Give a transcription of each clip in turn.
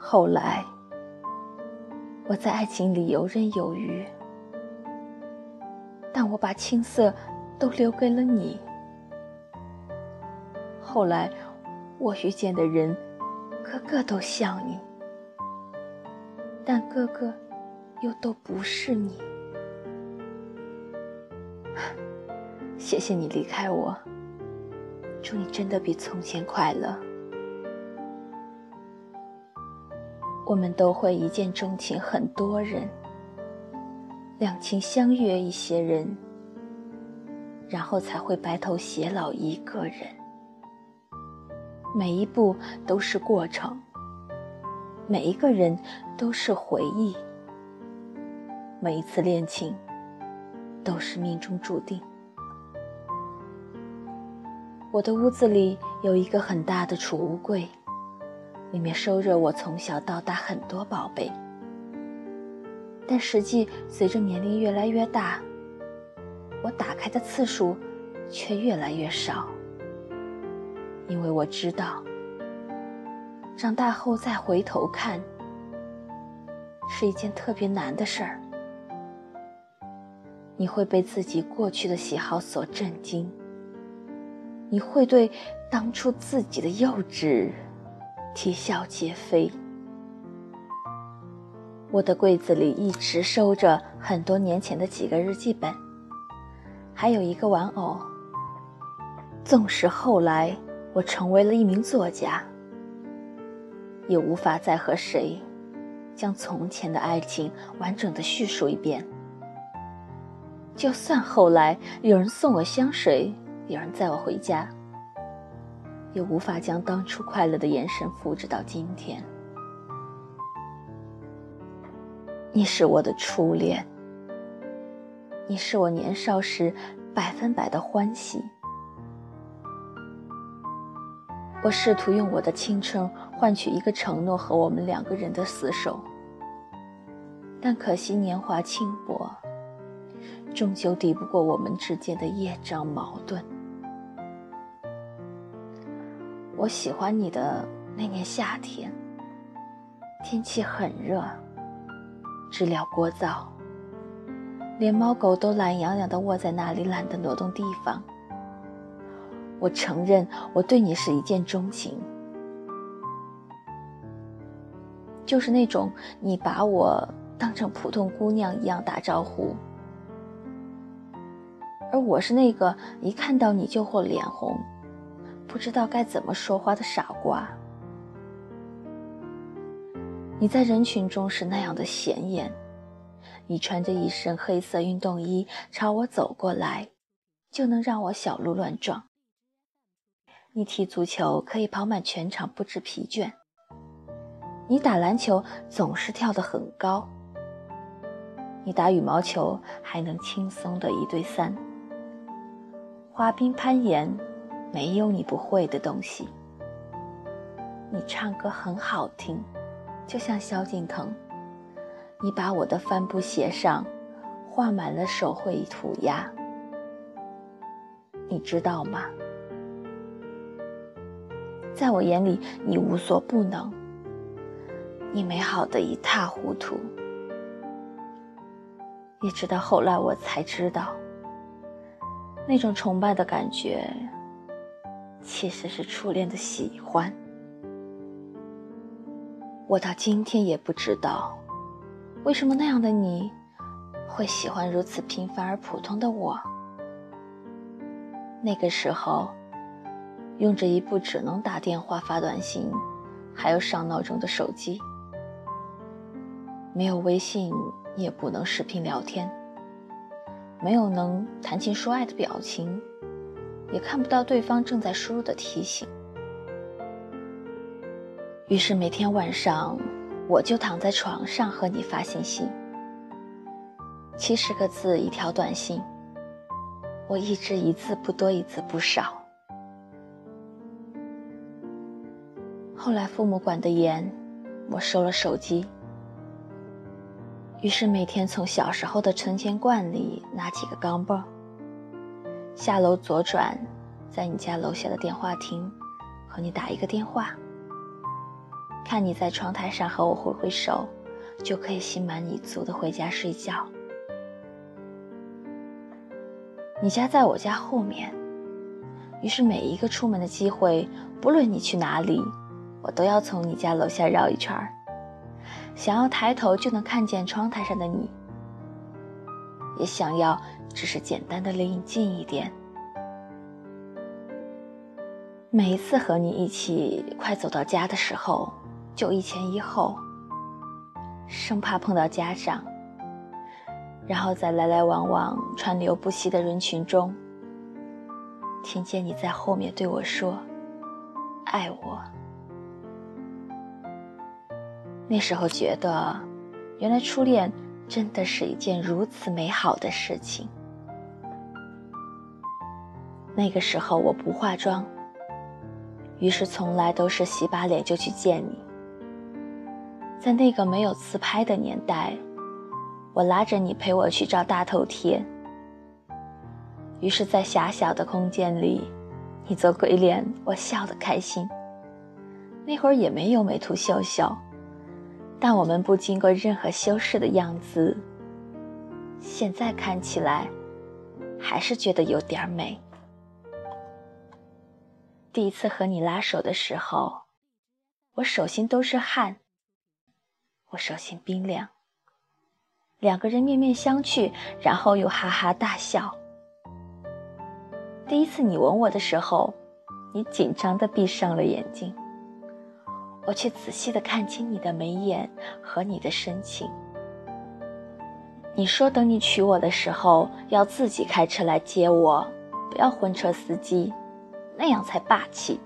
后来，我在爱情里游刃有余，但我把青涩都留给了你。后来，我遇见的人，个个都像你，但个个又都不是你。谢谢你离开我，祝你真的比从前快乐。我们都会一见钟情很多人，两情相悦一些人，然后才会白头偕老一个人。每一步都是过程，每一个人都是回忆，每一次恋情都是命中注定。我的屋子里有一个很大的储物柜，里面收着我从小到大很多宝贝，但实际随着年龄越来越大，我打开的次数却越来越少。因为我知道，长大后再回头看，是一件特别难的事儿。你会被自己过去的喜好所震惊，你会对当初自己的幼稚啼笑皆非。我的柜子里一直收着很多年前的几个日记本，还有一个玩偶。纵使后来我成为了一名作家，也无法再和谁将从前的爱情完整的叙述一遍。就算后来有人送我香水，有人载我回家，也无法将当初快乐的眼神复制到今天。你是我的初恋，你是我年少时100%的欢喜。我试图用我的青春换取一个承诺和我们2个人的厮守，但可惜年华轻薄，终究抵不过我们之间的业障矛盾。我喜欢你的那年夏天，天气很热，知了聒噪，连猫狗都懒洋洋地窝在那里，懒得挪动地方。我承认我对你是一见钟情，就是那种你把我当成普通姑娘一样打招呼，而我是那个一看到你就会脸红，不知道该怎么说话的傻瓜。你在人群中是那样的显眼，你穿着一身黑色运动衣朝我走过来，就能让我小鹿乱撞。你踢足球可以跑满全场不知疲倦，你打篮球总是跳得很高，你打羽毛球还能轻松的1对3，滑冰攀岩没有你不会的东西。你唱歌很好听，就像萧敬腾，你把我的帆布鞋上画满了手绘涂鸦。你知道吗？在我眼里，你无所不能，你美好的一塌糊涂。一直到后来我才知道，那种崇拜的感觉其实是初恋的喜欢。我到今天也不知道，为什么那样的你会喜欢如此平凡而普通的我。那个时候用着一部只能打电话发短信还有上闹钟的手机，没有微信也不能视频聊天，没有能谈情说爱的表情，也看不到对方正在输入的提醒。于是每天晚上我就躺在床上和你发信息，70个字一条短信，我一直一字不多一字不少。后来父母管得严，我收了手机，于是每天从小时候的存钱罐里拿几个钢镚，下楼左转，在你家楼下的电话亭和你打一个电话， 看你在窗台上和我挥挥手，就可以心满意足地回家睡觉。你家在我家后面，于是每一个出门的机会，不论你去哪里，我都要从你家楼下绕一圈，想要抬头就能看见窗台上的你，也想要只是简单的离你近一点。每一次和你一起快走到家的时候，就一前一后，生怕碰到家长，然后在来来往往川流不息的人群中，听见你在后面对我说爱我。那时候觉得，原来初恋真的是一件如此美好的事情。那个时候我不化妆，于是从来都是洗把脸就去见你。在那个没有自拍的年代，我拉着你陪我去照大头贴，于是在狭小的空间里，你做鬼脸，我笑得开心。那会儿也没有美图秀秀，但我们不经过任何修饰的样子，现在看起来还是觉得有点美。第一次和你拉手的时候，我手心都是汗，我手心冰凉，两个人面面相觑，然后又哈哈大笑。第一次你吻我的时候，你紧张地闭上了眼睛，我却仔细地看清你的眉眼和你的深情。你说等你娶我的时候，要自己开车来接我，不要婚车司机，那样才霸气。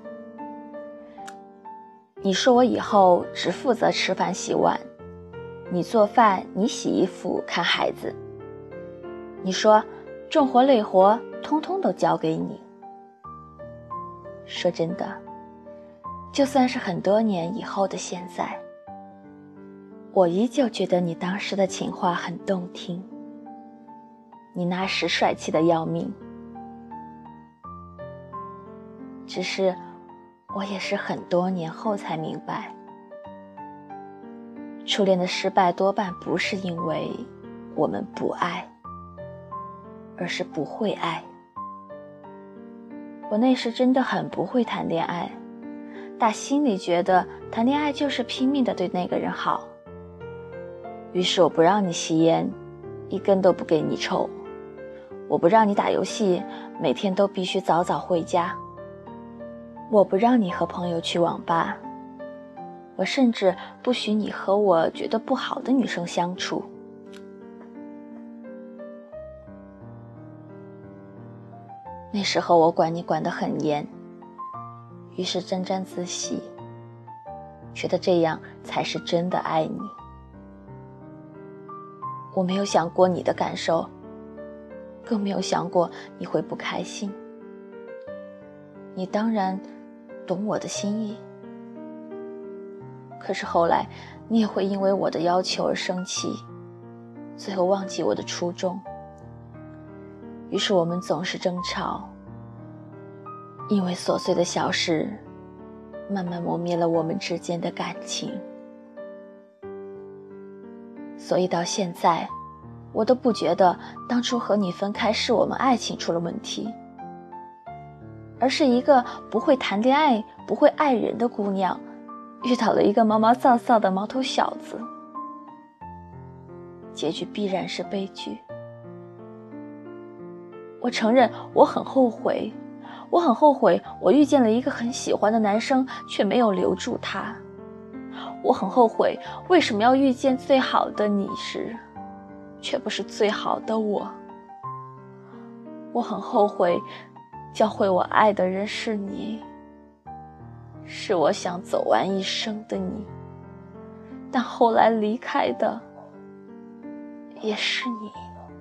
你说我以后只负责吃饭洗碗，你做饭，你洗衣服，看孩子。你说重活累活通通都交给你。说真的，就算是很多年以后的现在，我依旧觉得你当时的情话很动听，你那时帅气的要命。只是我也是很多年后才明白，初恋的失败多半不是因为我们不爱，而是不会爱。我那时真的很不会谈恋爱，打心里觉得谈恋爱就是拼命地对那个人好。于是我不让你吸烟，一根都不给你抽；我不让你打游戏，每天都必须早早回家；我不让你和朋友去网吧，我甚至不许你和我觉得不好的女生相处。那时候我管你管得很严，于是沾沾自喜，觉得这样才是真的爱你。我没有想过你的感受，更没有想过你会不开心。你当然懂我的心意，可是后来你也会因为我的要求而生气，最后忘记我的初衷。于是我们总是争吵，因为琐碎的小事慢慢磨灭了我们之间的感情。所以到现在，我都不觉得当初和你分开是我们爱情出了问题，而是一个不会谈恋爱、不会爱人的姑娘，遇到了一个毛毛躁躁的毛头小子，结局必然是悲剧。我承认我很后悔，我很后悔我遇见了一个很喜欢的男生，却没有留住他。我很后悔为什么要遇见最好的你时，却不是最好的我。我很后悔教会我爱的人是你，是我想走完一生的你，但后来离开的也是你。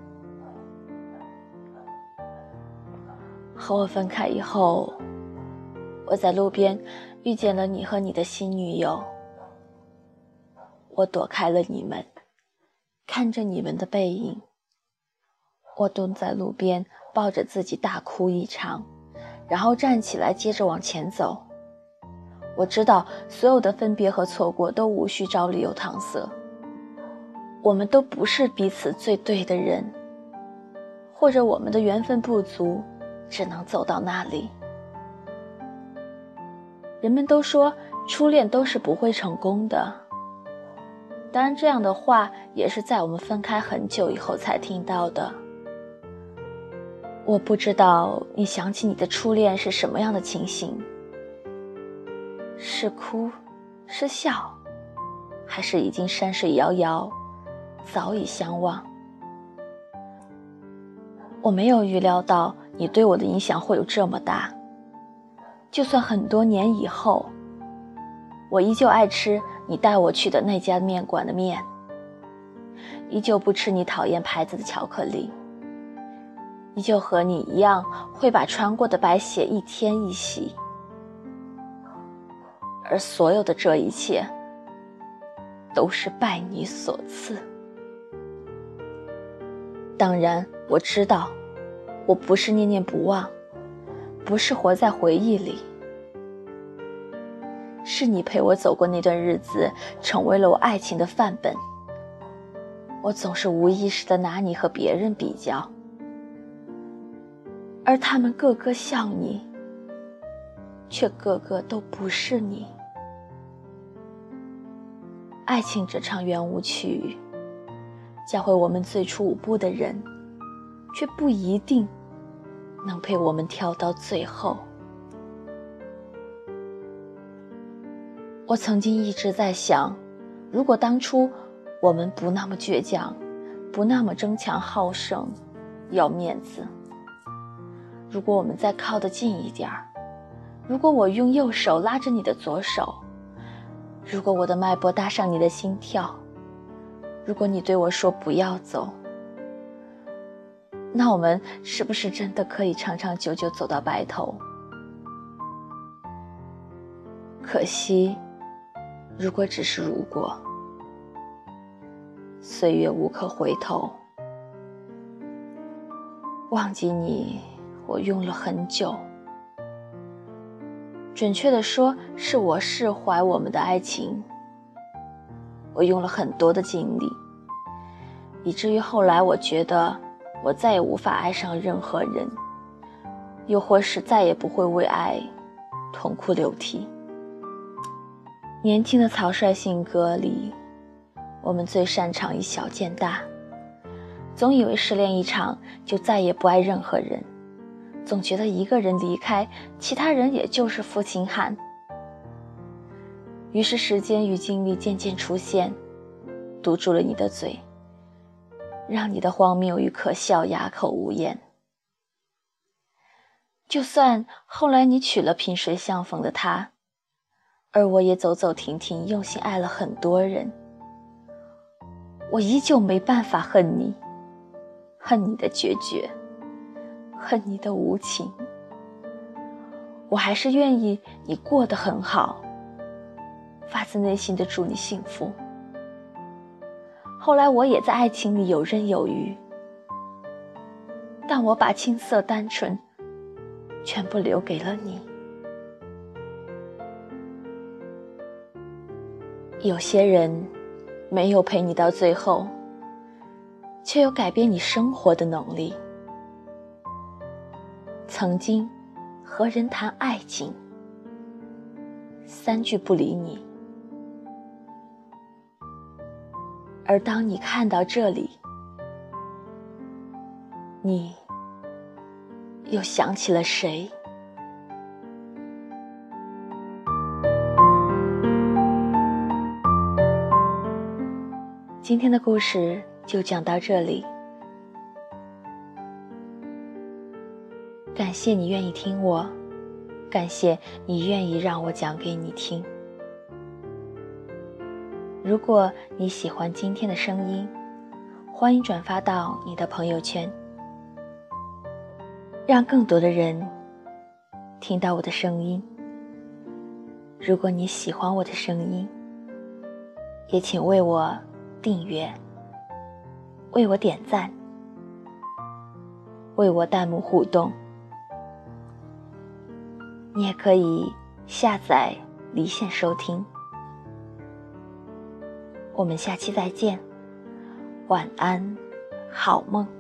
和我分开以后，我在路边遇见了你和你的新女友。我躲开了你们，看着你们的背影，我蹲在路边抱着自己大哭一场，然后站起来接着往前走。 我知道所有的分别和错过都无需找理由搪塞，我们都不是彼此最对的人，或者我们的缘分不足，只能走到那里。人们都说初恋都是不会成功的，当然这样的话也是在我们分开很久以后才听到的。我不知道你想起你的初恋是什么样的情形，是哭，是笑，还是已经山水遥遥，早已相忘。我没有预料到你对我的影响会有这么大，就算很多年以后，我依旧爱吃你带我去的那家面馆的面，依旧不吃你讨厌牌子的巧克力，依旧和你一样会把穿过的白鞋一天一洗。而所有的这一切都是拜你所赐。当然我知道我不是念念不忘，不是活在回忆里，是你陪我走过那段日子，成为了我爱情的范本。我总是无意识地拿你和别人比较，而他们个个像你，却个个都不是你。爱情这场圆舞曲，教会我们最初舞步的人，却不一定能陪我们跳到最后。我曾经一直在想，如果当初我们不那么倔强，不那么争强好胜，要面子，如果我们再靠得近一点儿，如果我用右手拉着你的左手，如果我的脉搏搭上你的心跳，如果你对我说不要走，那我们是不是真的可以长长久久走到白头？可惜，如果只是如果，岁月无可回头。忘记你，我用了很久。准确地说，是我释怀我们的爱情。我用了很多的精力，以至于后来我觉得我再也无法爱上任何人，又或是再也不会为爱痛哭流涕。年轻的草率性格里，我们最擅长以小见大，总以为失恋一场就再也不爱任何人，总觉得一个人离开，其他人也就是负心汉。于是时间与精力渐渐出现，堵住了你的嘴，让你的荒谬与可笑哑口无言。就算后来你娶了萍水相逢的他，而我也走走停停用心爱了很多人，我依旧没办法恨你，恨你的决绝，恨你的无情。我还是愿意你过得很好，发自内心的祝你幸福。后来我也在爱情里游刃有余，但我把青涩单纯全部留给了你。有些人没有陪你到最后，却有改变你生活的能力。曾经和人谈爱情，3句不理你，而当你看到这里，你又想起了谁？今天的故事就讲到这里，感谢你愿意听我，感谢你愿意让我讲给你听。如果你喜欢今天的声音，欢迎转发到你的朋友圈，让更多的人听到我的声音。如果你喜欢我的声音，也请为我订阅，为我点赞，为我弹幕互动。你也可以下载离线收听。我们下期再见，晚安，好梦。